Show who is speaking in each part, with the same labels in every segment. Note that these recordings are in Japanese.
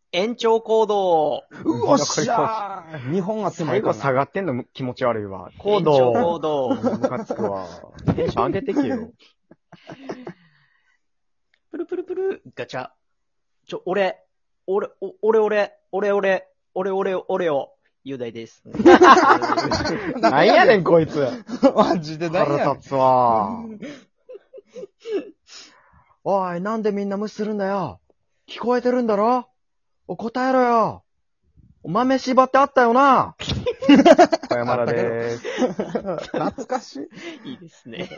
Speaker 1: 延長行動。
Speaker 2: おっしゃー !2 本集ま
Speaker 3: 最後
Speaker 2: るか
Speaker 3: 下がってんの気持ち悪いわ。コー
Speaker 1: 延長行
Speaker 3: ド。
Speaker 1: 動。
Speaker 3: ムカつくわ。テンション上げてけよ。
Speaker 1: プルプルプル、ガチャ。俺を、雄大です。
Speaker 3: なんやねん、こいつ。
Speaker 2: マジで何や
Speaker 3: 腹立つわ。おい、なんでみんな無視するんだよ。聞こえてるんだろ答えろよ。豆柴ってあったよな。小山田でーす。
Speaker 2: 懐かしい。
Speaker 1: いいですね。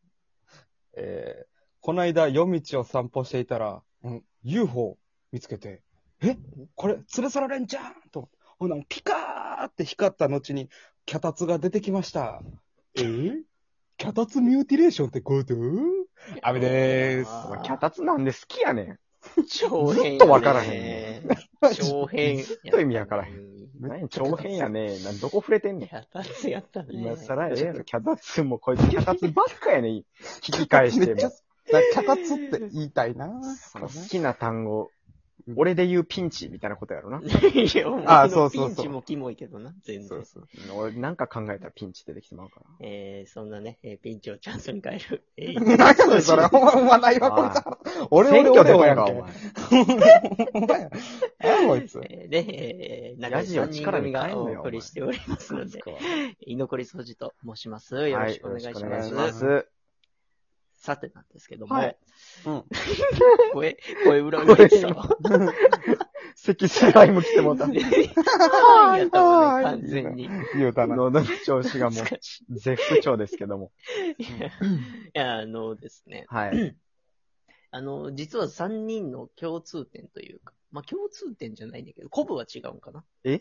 Speaker 2: この間夜道を散歩していたら、UFO 見つけて、これ連れ去られんじゃんと。ほな、ピカーって光った後に、脚立が出てきました。脚立ミューティレーションってこと阿部でーす。
Speaker 3: お前脚立なんで好きやねん。
Speaker 1: 長編。
Speaker 3: ずっとわからへ
Speaker 1: ん。長編。
Speaker 3: ずっと意味わからへん。何長編やねん。どこ触れてんねん。
Speaker 1: 脚立やったね。
Speaker 3: 今更ええやろ。脚立もこいつ脚立ばっかやねん。引き返しても。
Speaker 2: 脚立って言いたいな。
Speaker 3: 好きな単語。俺で言うピンチみたいなことやろな。
Speaker 1: いや、お前のピンチもキモいけどな、全然。
Speaker 3: 俺なんか考えたらピンチ出てきてまうから。
Speaker 1: そんなね、ピンチをチャンスに変える。
Speaker 2: 何やねん、それ。お前ないわ、こいつ。俺
Speaker 3: 選挙出て
Speaker 2: やん
Speaker 3: んか、
Speaker 2: け。
Speaker 3: お前。
Speaker 2: お前や。こいつ。
Speaker 1: で、
Speaker 3: ヤジを力に変えん
Speaker 1: お
Speaker 3: なよ
Speaker 1: 送りしておりますので、居残り掃除と申します。よろしくお願いします。
Speaker 3: はい、よろしくお願いします。
Speaker 1: さてなんですけども、
Speaker 3: はい
Speaker 1: 声裏返したわ。
Speaker 3: 咳スライム来てもうた。
Speaker 1: はい、やったわね、完全に。
Speaker 2: 言うたな。
Speaker 3: 喉の調子がもう、絶不調ですけども。
Speaker 1: いや、ですね。
Speaker 3: はい。
Speaker 1: 実は3人の共通点というか、まあ、共通点じゃないんだけど、コブは違うんかな。
Speaker 3: え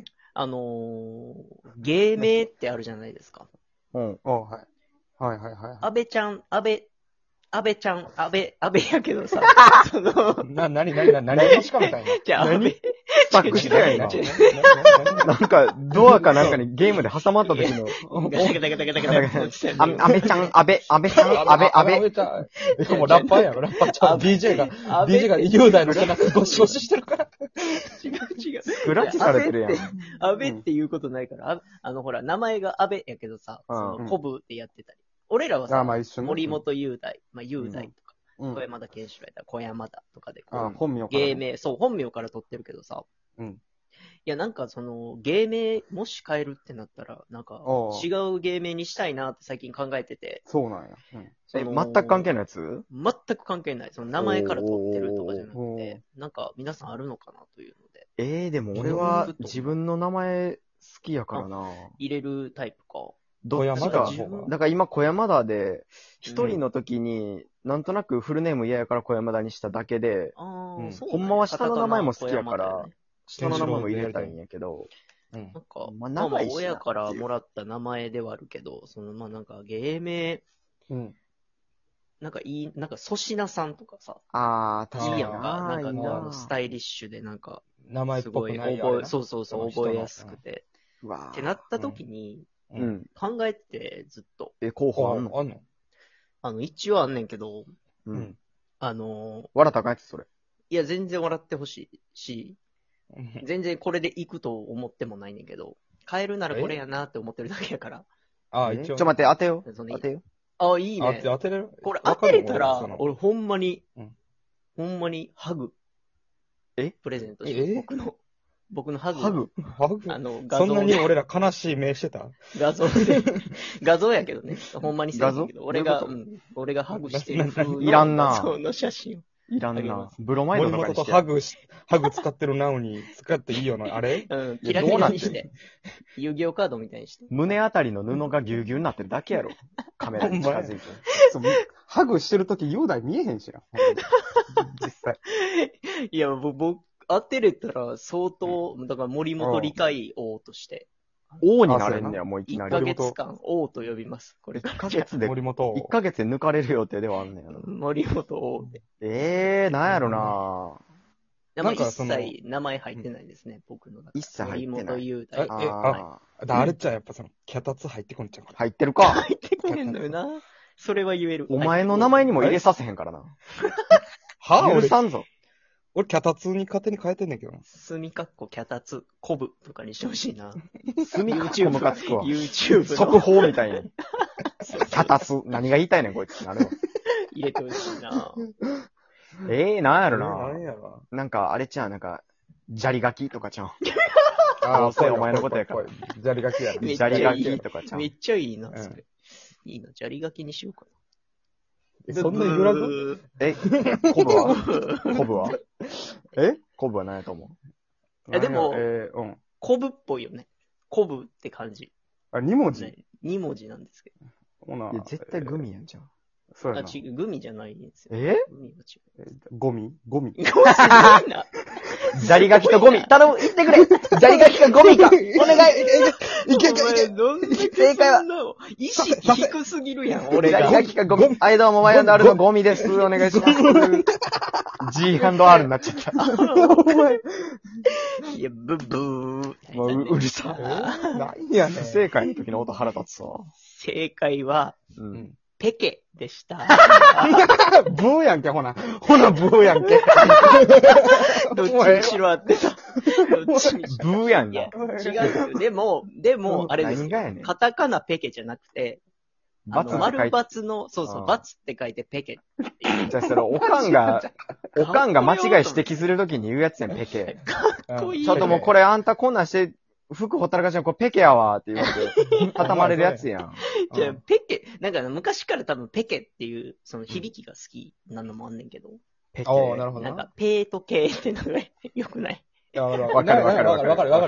Speaker 1: 芸名ってあるじゃないですか。
Speaker 3: うん。
Speaker 2: はい。はいはいはい。
Speaker 1: 安倍ちゃん、安倍やけどさ、
Speaker 2: 何のしかみたいな。
Speaker 1: じゃあ、安倍。
Speaker 3: スタックしてやんな。なんか、ドアかなんかにゲームで挟まった時の、
Speaker 1: ガタガタガタガタガタって
Speaker 3: 安倍ちゃん、安倍さん、安倍。
Speaker 2: ちゃん。もうラッパーやろ、ラッパーちゃん。DJ が雄大の背中ゴシゴシしてるから。
Speaker 1: 違う。
Speaker 3: スクラッチされてるやん。
Speaker 1: 安倍っていうことないから、ほら、名前が安倍やけどさ、コブってやってたり。俺らはさ、森本雄大、雄大とか、小山田健志郎やったら小山田とかで、
Speaker 2: 本名から。
Speaker 1: 芸名、そう、本名から取ってるけどさ、いや、なんか芸名、もし変えるってなったら、なんか、違う芸名にしたいなって最近考えてて。
Speaker 2: そうなんや。
Speaker 3: 全く関係ないやつ？
Speaker 1: 全く関係ない。名前から取ってるとかじゃなくて、なんか皆さんあるのかなというので。
Speaker 3: でも俺は自分の名前好きやからな。
Speaker 1: 入れるタイプか。
Speaker 3: どっちか。だから今小山田で、一人の時に、なんとなくフルネーム嫌やから小山田にしただけで、ほんまは下の名前も好きやから、下の名前も入れたいんやけど、
Speaker 1: なんか、まあ親からもらった名前ではあるけど、まあなんか芸名、なんか粗品さんとかさ、
Speaker 3: 確かに。
Speaker 1: いいやんか、なんかスタイリッシュでなんか、
Speaker 2: 名前っぽくない。
Speaker 1: そう、覚えやすくて。ってなった時に、考えてて、ずっと。
Speaker 3: 候補あんの？
Speaker 1: 一応あんねんけど、
Speaker 3: 笑ったかやつ、それ。
Speaker 1: いや、全然笑ってほしいし、全然これで行くと思ってもないねんけど、変えるならこれやなって思ってるだけやから。
Speaker 3: 一応。待って、当てよ。当てよ。
Speaker 1: いいね。
Speaker 2: 当てれる？
Speaker 1: これ当てれたら、俺ほんまに、ハグ。プレゼントして、僕のハグ。
Speaker 2: そんなに俺ら悲しい目してた？
Speaker 1: 画像やけどね。ほんまにそうやけど。俺がハグしてる風の
Speaker 3: いらんな。
Speaker 1: 画像の写真を。
Speaker 3: いらんな。ブロマイドとかにして。
Speaker 2: 森本とハグ使ってるなのに、使っていいよな。あれ？
Speaker 1: キラキラにして。遊戯王カードみたいにして。
Speaker 3: 胸あたりの布がぎゅうぎゅうになってるだけやろ。カメラに近づいて。
Speaker 2: ハグしてるとき、雄大見えへんしな。実際。
Speaker 1: いや、僕、当てれたら相当、だから森本理解王として。
Speaker 3: 王になれんねや、もういきなり。
Speaker 1: 1ヶ月間王と呼びます。これ
Speaker 3: 1ヶ月で、
Speaker 2: 森本。
Speaker 3: 1ヶ月で抜かれる予定ではあんねやな。
Speaker 1: 森本王で。
Speaker 3: なんやろな
Speaker 1: なんか一切名前入ってないですね、僕の中で。
Speaker 3: 一切入ってない。
Speaker 1: 森本雄大。
Speaker 2: あれっちゃやっぱ脚立入ってこんちゃうか。
Speaker 3: 入ってるか。
Speaker 1: 入ってこねんのよな。それは言える。
Speaker 3: お前の名前にも入れさせへんからな。
Speaker 2: は
Speaker 3: 許さんぞ。
Speaker 2: 俺、キャタツに勝手に変えてんねんけどな。
Speaker 1: すみかっこキャタツ、コブとかにしてほしいな。
Speaker 3: すみかっこムカつくわ。
Speaker 1: YouTube の。
Speaker 3: 速報みたいに。キャタツ。何が言いたいねん、こいつってなるわ。
Speaker 1: 入れてほしいな。
Speaker 3: なんやろ
Speaker 2: なんやろ
Speaker 3: な。なんか、あれちゃう、なんか、砂利書きとかちゃう。
Speaker 2: ああ、
Speaker 3: そうお前のことやから。
Speaker 2: 砂利書きや
Speaker 1: めっち
Speaker 3: 砂
Speaker 1: ゃいい
Speaker 3: 利書きとかちゃう
Speaker 1: め。っちゃいいな、それ。いいな、砂利書きにしようか
Speaker 2: そんな揺らぐ
Speaker 3: コブはコブは何やと思う
Speaker 1: でも、
Speaker 2: うん。
Speaker 1: コブっぽいよね。コブって感じ。
Speaker 2: あ、2文字
Speaker 1: ね、2文字なんですけど。
Speaker 2: ほな。
Speaker 3: いや、絶対グミやんじゃん。
Speaker 2: そうやな。
Speaker 1: 違う、グミじゃないんですよ。グミは違う。
Speaker 2: ゴミ
Speaker 1: ゴミな。
Speaker 3: 砂利書きとゴミ。頼む、言ってくれ砂利書きかゴミかお願い
Speaker 2: いけいけいけ
Speaker 3: 正解は
Speaker 1: 意識低すぎるやん、俺が。
Speaker 3: 砂利書きかゴミ。はい、どうも、ワイドあるのゴミです。お願いします。G&R になっちゃった。
Speaker 1: いや、ブブー。
Speaker 3: もううるさ
Speaker 2: 何やねん。
Speaker 3: 不正解の時の音腹立つわ。
Speaker 1: 正解は、ペケでした。
Speaker 2: ブーやんけ、ほな。ほな、ブーやんけ。
Speaker 1: どっちにしろあってた。どっちにしろ。
Speaker 3: ブーやん
Speaker 1: いや、違うんですよ。でも、あれですよ。
Speaker 3: 何がやねん。
Speaker 1: カタカナペケじゃなくて、丸×の、そうそう、×って書いてペケ。
Speaker 3: じゃあそれ、おかんが間違い指摘するときに言うやつやん、ペケ。
Speaker 1: かっこいい。
Speaker 3: ちょっともうこれあんたこんなんして、服ほったらかしのこれペケやわって言われて、畳まれるやつやん。
Speaker 1: じゃあ、ペケ、なんか昔から多分ペケっていう、その響きが好きなのもあんねんけど。
Speaker 3: ペケ。
Speaker 2: おー、なるほど。
Speaker 1: なんか、ペーとケーってのがよくない？
Speaker 3: わかるやろ。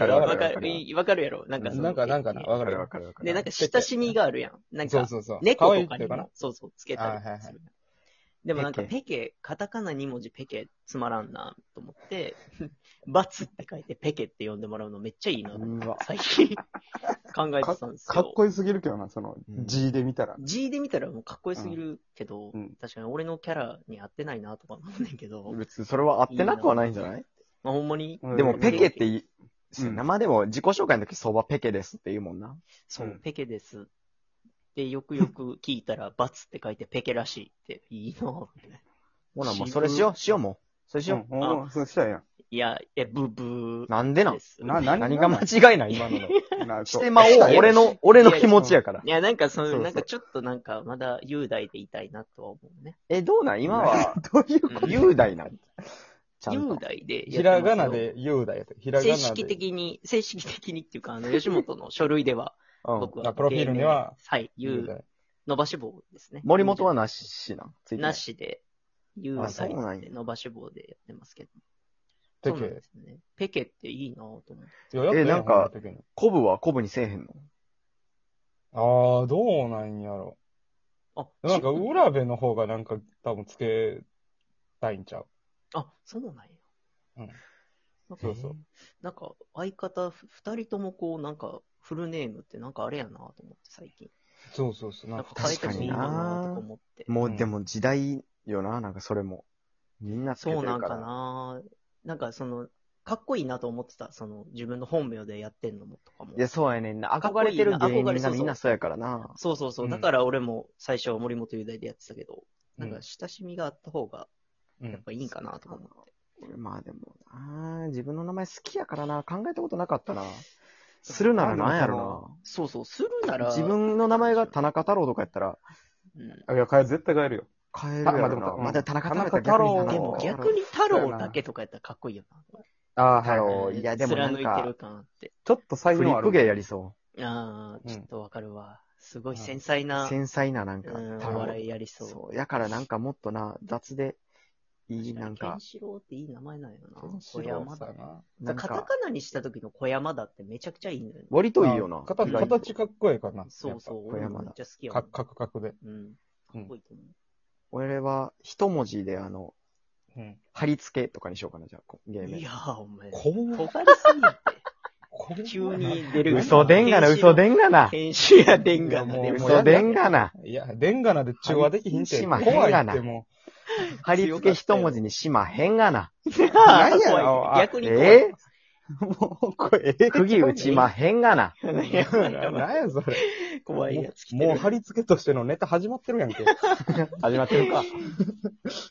Speaker 1: なんか
Speaker 2: なんかな、わかる。
Speaker 1: で、なんか親しみがあるやん。なんか、
Speaker 2: そう。
Speaker 1: 猫とかにも、そう、つけたりする。
Speaker 2: はい。
Speaker 1: でもなんかペケ、カタカナ2文字ペケつまらんなと思って、バツって書いてペケって呼んでもらうのめっちゃいいな。最近考えてたんですよ。
Speaker 2: かっこよすぎるけどな、その G で見たら。
Speaker 1: G で見たらもうかっこよすぎるけど、確かに俺のキャラに合ってないなとか思うねんけど。
Speaker 3: 別にそれは合ってなくはないんじゃない？
Speaker 1: まあほんまに。
Speaker 3: でもペケって生でも自己紹介の時相場ペケですって言うもんな。
Speaker 1: そう、ペケです。で、よくよく聞いたら、バツって書いてペケらしいって、いいなぁ。ほ
Speaker 3: な、もうそれしようもう。それしよ
Speaker 2: う。そうしたらやん。
Speaker 1: いや、ブブー。
Speaker 3: なんでなん？
Speaker 2: 何
Speaker 3: が間違いない今の。してまおう。俺の気持ちやから。
Speaker 1: いや、なんかなんかちょっとなんか、まだ雄大でいたいなとは思うね。
Speaker 3: どうなん今は、
Speaker 2: どういうこと？
Speaker 3: 雄大なん？
Speaker 1: 雄大で。
Speaker 2: ひらがなで雄大やった。ひらがなで。
Speaker 1: 正式的にっていうか、吉本の書類では、僕は。
Speaker 2: プロフィールには、
Speaker 1: はい、伸ばし棒ですね。
Speaker 3: 森本はなしな。
Speaker 1: なしで、雄大で伸ばし棒でやってますけど。
Speaker 2: ペケ。
Speaker 1: ペケっていいなぁと思って。
Speaker 3: なんか、コブはコブにせえへんの？
Speaker 2: ああ、どうなんやろ。なんか、浦部の方がなんか多分つけたいんちゃう？
Speaker 1: そうなんや。
Speaker 2: そう。
Speaker 1: なんか、相方二人ともこう、なんか、フルネームってなんかあれやなと思って最近。
Speaker 2: そう。
Speaker 1: なんか変えてもいいかなとか思って。
Speaker 3: もうでも時代よな、なんかそれも。みんなつけてるから。
Speaker 1: そうなんかな。なんかかっこいいなと思ってた、自分の本名でやってんのもとかも。
Speaker 3: いや、そうやねんな。憧れてる芸人がみんなそうやからな。
Speaker 1: そう。だから俺も最初は森本雄大でやってたけど、なんか親しみがあった方が、やっぱいいんかなとか思って。
Speaker 3: まあでも自分の名前好きやからな。考えたことなかったな。するならなんやろな。
Speaker 1: そう、するなら。
Speaker 3: 自分の名前が田中太郎とかやったら。
Speaker 2: いや、絶対変えるよ。
Speaker 3: 変えるやろな。まだ田中太
Speaker 1: 郎でも逆に太郎だけとかやったらかっこいいよ
Speaker 3: な。太郎。いや、でもなんか。
Speaker 1: 貫いてる感あって。
Speaker 2: ちょっと才能ある。
Speaker 3: フリップ芸やりそう。
Speaker 1: ちょっとわかるわ。すごい繊細な
Speaker 3: なんか。
Speaker 1: お笑いやりそう。
Speaker 3: そう。やからなんかもっと雑で、いいなんか。
Speaker 1: ケンシロウっていい名前なんよな。小山田。カタカナにした時の小山田ってめちゃくちゃいいのよね。
Speaker 3: 割といいよな。
Speaker 2: 形かっこいいかな。
Speaker 1: そう。
Speaker 3: 小山田。
Speaker 1: めっちゃ好きや
Speaker 2: もん。カクで。
Speaker 1: かっこいいと思う。
Speaker 3: 俺は一文字で貼り付けとかにしようかな、じゃあ、ゲーム。
Speaker 1: いやお前。
Speaker 2: 尖り
Speaker 1: すぎて。急に出る。
Speaker 3: 嘘でんがな。
Speaker 1: 編集やでんがな。
Speaker 3: 嘘でんがな。
Speaker 2: いや、でんがなで中和できひんて。
Speaker 3: 怖いってもう。貼り付け一文字にしまへんがな。
Speaker 1: 何やろ。逆に怖い。
Speaker 3: もうこれ、釘打ちまへんがな。
Speaker 2: 何やそれ。
Speaker 1: 怖いやつ。
Speaker 2: もう貼り付けとしてのネタ始まってるやんけ。
Speaker 3: 始まってるか。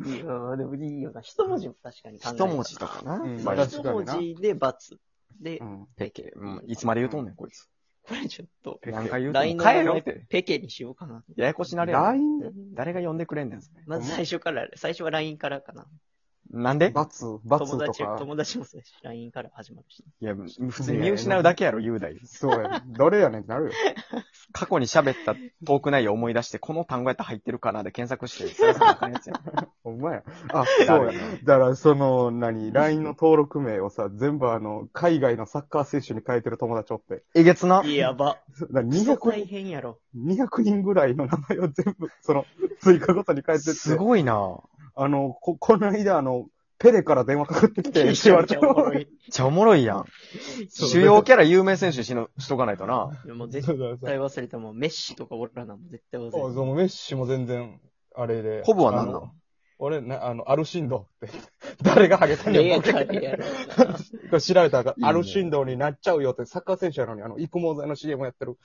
Speaker 1: いや、でもいいよな。一文字も確かに考えた
Speaker 3: 一文字とかな。
Speaker 1: まあ、一文字で×。で、
Speaker 3: ペケ。いつまで言うとんねん、こいつ。
Speaker 1: これちょっと、
Speaker 3: 何回言うとんね
Speaker 1: LINE
Speaker 3: ん。
Speaker 1: の
Speaker 3: 帰ろって。
Speaker 1: ペケにしようかな。
Speaker 3: ややこしなれよ。
Speaker 2: LINE？
Speaker 3: 誰が呼んでくれんねん、それ。
Speaker 1: まず最初は LINE からかな。
Speaker 3: なんで
Speaker 2: バツとか。
Speaker 1: 友達もそうだし、LINE から始まるし。
Speaker 3: いや、普通に見失うだけやろ、雄大。
Speaker 2: そうや。どれやねんってなるよ。
Speaker 3: 過去に喋ったトーク内容を思い出して、この単語やったら入ってるかなで検索して、それさあかんやつや。
Speaker 2: ほんまや。あ、そうや。だから、LINE の登録名をさ、全部海外のサッカー選手に変えてる友達おって。
Speaker 3: えげつな。
Speaker 1: やば。大変やろ。
Speaker 2: 200人ぐらいの名前を全部、追加ごとに変えてって。
Speaker 3: すごいな
Speaker 2: この間、ペレから電話かかってきて、言われて
Speaker 3: めっちゃおもろいやん。主要キャラ有名選手しとかないとな。
Speaker 1: もう絶対忘れても、メッシとかおらなも絶対忘れて
Speaker 2: も。メッシも全然、あれで。
Speaker 3: コブは何なの
Speaker 2: 俺ね、アルシンドって。誰がハゲたんやろ。これ調べたら、アルシンドになっちゃうよって、サッカー選手やのに、育毛剤の CM やってる。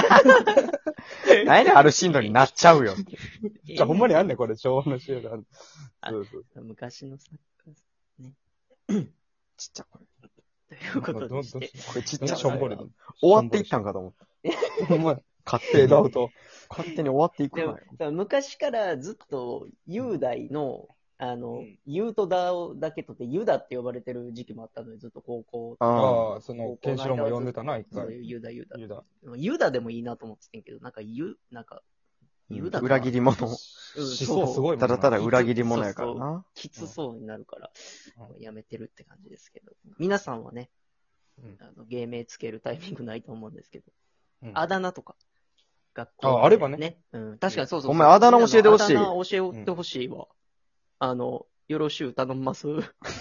Speaker 3: 何でアルシンドになっちゃうよって。
Speaker 2: じゃあ、ほんまにあんねん、これ、昭和の CM がある。
Speaker 1: そう昔のサッカーね。
Speaker 3: ちっちゃこれ。
Speaker 1: ということでして。
Speaker 3: これちっちゃ
Speaker 2: しょんぼり。
Speaker 3: 終わっていったんかと思った。
Speaker 2: ほんま
Speaker 3: 勝手に勝手に終わっていくなよ。
Speaker 1: 昔からずっと、雄大の、ユとダだけとってユダって呼ばれてる時期もあったので、ずっと高校。
Speaker 2: ああ、ケンシロウも呼んでたな、一回。
Speaker 1: ユダ。ユダでもいいなと思ってたんけど、ユダ。
Speaker 3: 裏切り者。
Speaker 2: 思想すごいもん
Speaker 3: ただただ裏切り者やからな。
Speaker 1: きつそうになるから、やめてるって感じですけど。皆さんはね、芸名つけるタイミングないと思うんですけど、あだ名とか。学校。
Speaker 2: あればね。
Speaker 1: ね。確かにそうそう。
Speaker 3: お前あだ名教えてほしい。
Speaker 1: あだ名教えてほしいわ。よろしゅう頼みます。